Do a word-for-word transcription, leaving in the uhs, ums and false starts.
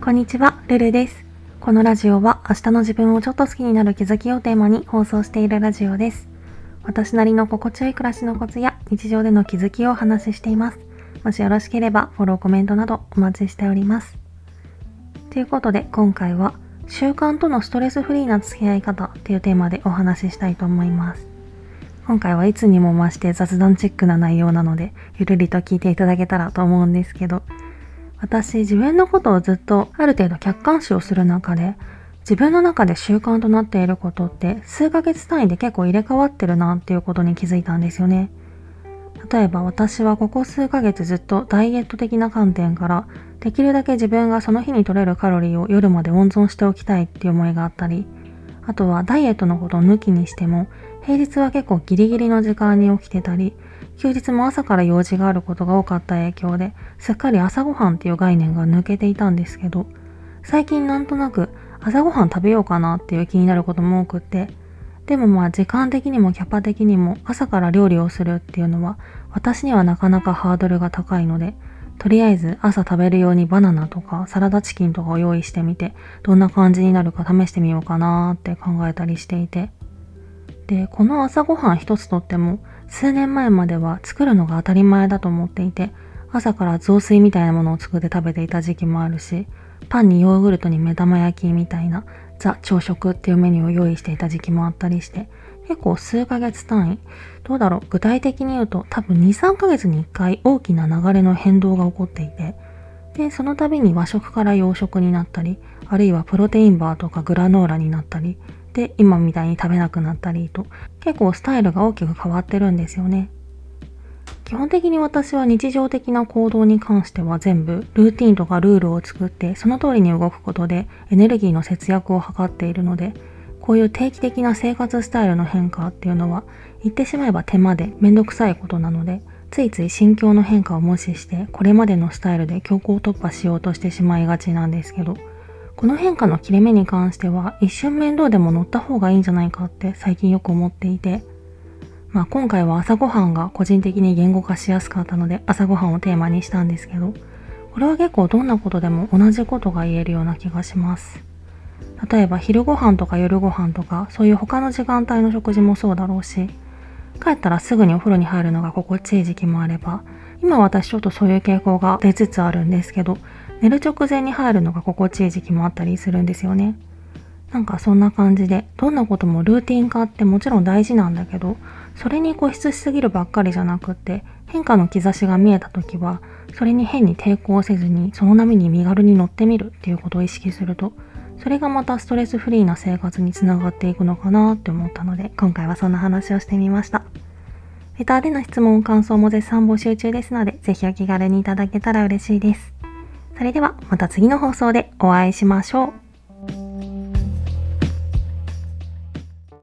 こんにちは、ルルです。このラジオは明日の自分をちょっと好きになる気づきをテーマに放送しているラジオです。私なりの心地よい暮らしのコツや日常での気づきをお話ししています。もしよろしければフォロー、コメントなどお待ちしております。ということで今回は習慣とのストレスフリーな付き合い方っていうテーマでお話ししたいと思います。今回はいつにも増して雑談チックな内容なのでゆるりと聞いていただけたらと思うんですけど、私自分のことをずっとある程度客観視をする中で自分の中で習慣となっていることって数ヶ月単位で結構入れ替わってるなっていうことに気づいたんですよね。例えば私はここ数ヶ月ずっとダイエット的な観点からできるだけ自分がその日に取れるカロリーを夜まで温存しておきたいっていう思いがあったり、あとはダイエットのことを抜きにしても平日は結構ギリギリの時間に起きてたり、休日も朝から用事があることが多かった影響ですっかり朝ごはんっていう概念が抜けていたんですけど、最近なんとなく朝ごはん食べようかなっていう気になることも多くって、でもまあ時間的にもキャパ的にも朝から料理をするっていうのは私にはなかなかハードルが高いので、とりあえず朝食べるようにバナナとかサラダチキンとかを用意してみてどんな感じになるか試してみようかなって考えたりしていて、でこの朝ごはん一つとっても数年前までは作るのが当たり前だと思っていて、朝から雑炊みたいなものを作って食べていた時期もあるし、パンにヨーグルトに目玉焼きみたいなザ朝食っていうメニューを用意していた時期もあったりして、結構数ヶ月単位、どうだろう、具体的に言うと多分に、さんかげつにいっかい大きな流れの変動が起こっていて、でその度に和食から洋食になったり、あるいはプロテインバーとかグラノーラになったりで今みたいに食べなくなったりと、結構スタイルが大きく変わってるんですよね。基本的に私は日常的な行動に関しては全部ルーティンとかルールを作ってその通りに動くことでエネルギーの節約を図っているので、こういう定期的な生活スタイルの変化っていうのは言ってしまえば手間でめんどくさいことなので、ついつい心境の変化を無視してこれまでのスタイルで強行突破しようとしてしまいがちなんですけど、この変化の切れ目に関しては一瞬面倒でも乗った方がいいんじゃないかって最近よく思っていて、まあ今回は朝ごはんが個人的に言語化しやすかったので朝ごはんをテーマにしたんですけど、これは結構どんなことでも同じことが言えるような気がします。例えば昼ごはんとか夜ごはんとかそういう他の時間帯の食事もそうだろうし、帰ったらすぐにお風呂に入るのが心地いい時期もあれば、今私ちょっとそういう傾向が出つつあるんですけど、寝る直前に入るのが心地いい時期もあったりするんですよね。なんかそんな感じで、どんなこともルーティン化ってもちろん大事なんだけど、それに固執しすぎるばっかりじゃなくって、変化の兆しが見えた時は、それに変に抵抗せずにその波に身軽に乗ってみるっていうことを意識すると、それがまたストレスフリーな生活につながっていくのかなって思ったので、今回はそんな話をしてみました。レターでの質問、感想も絶賛募集中ですので、ぜひお気軽にいただけたら嬉しいです。それではまた次の放送でお会いしましょう。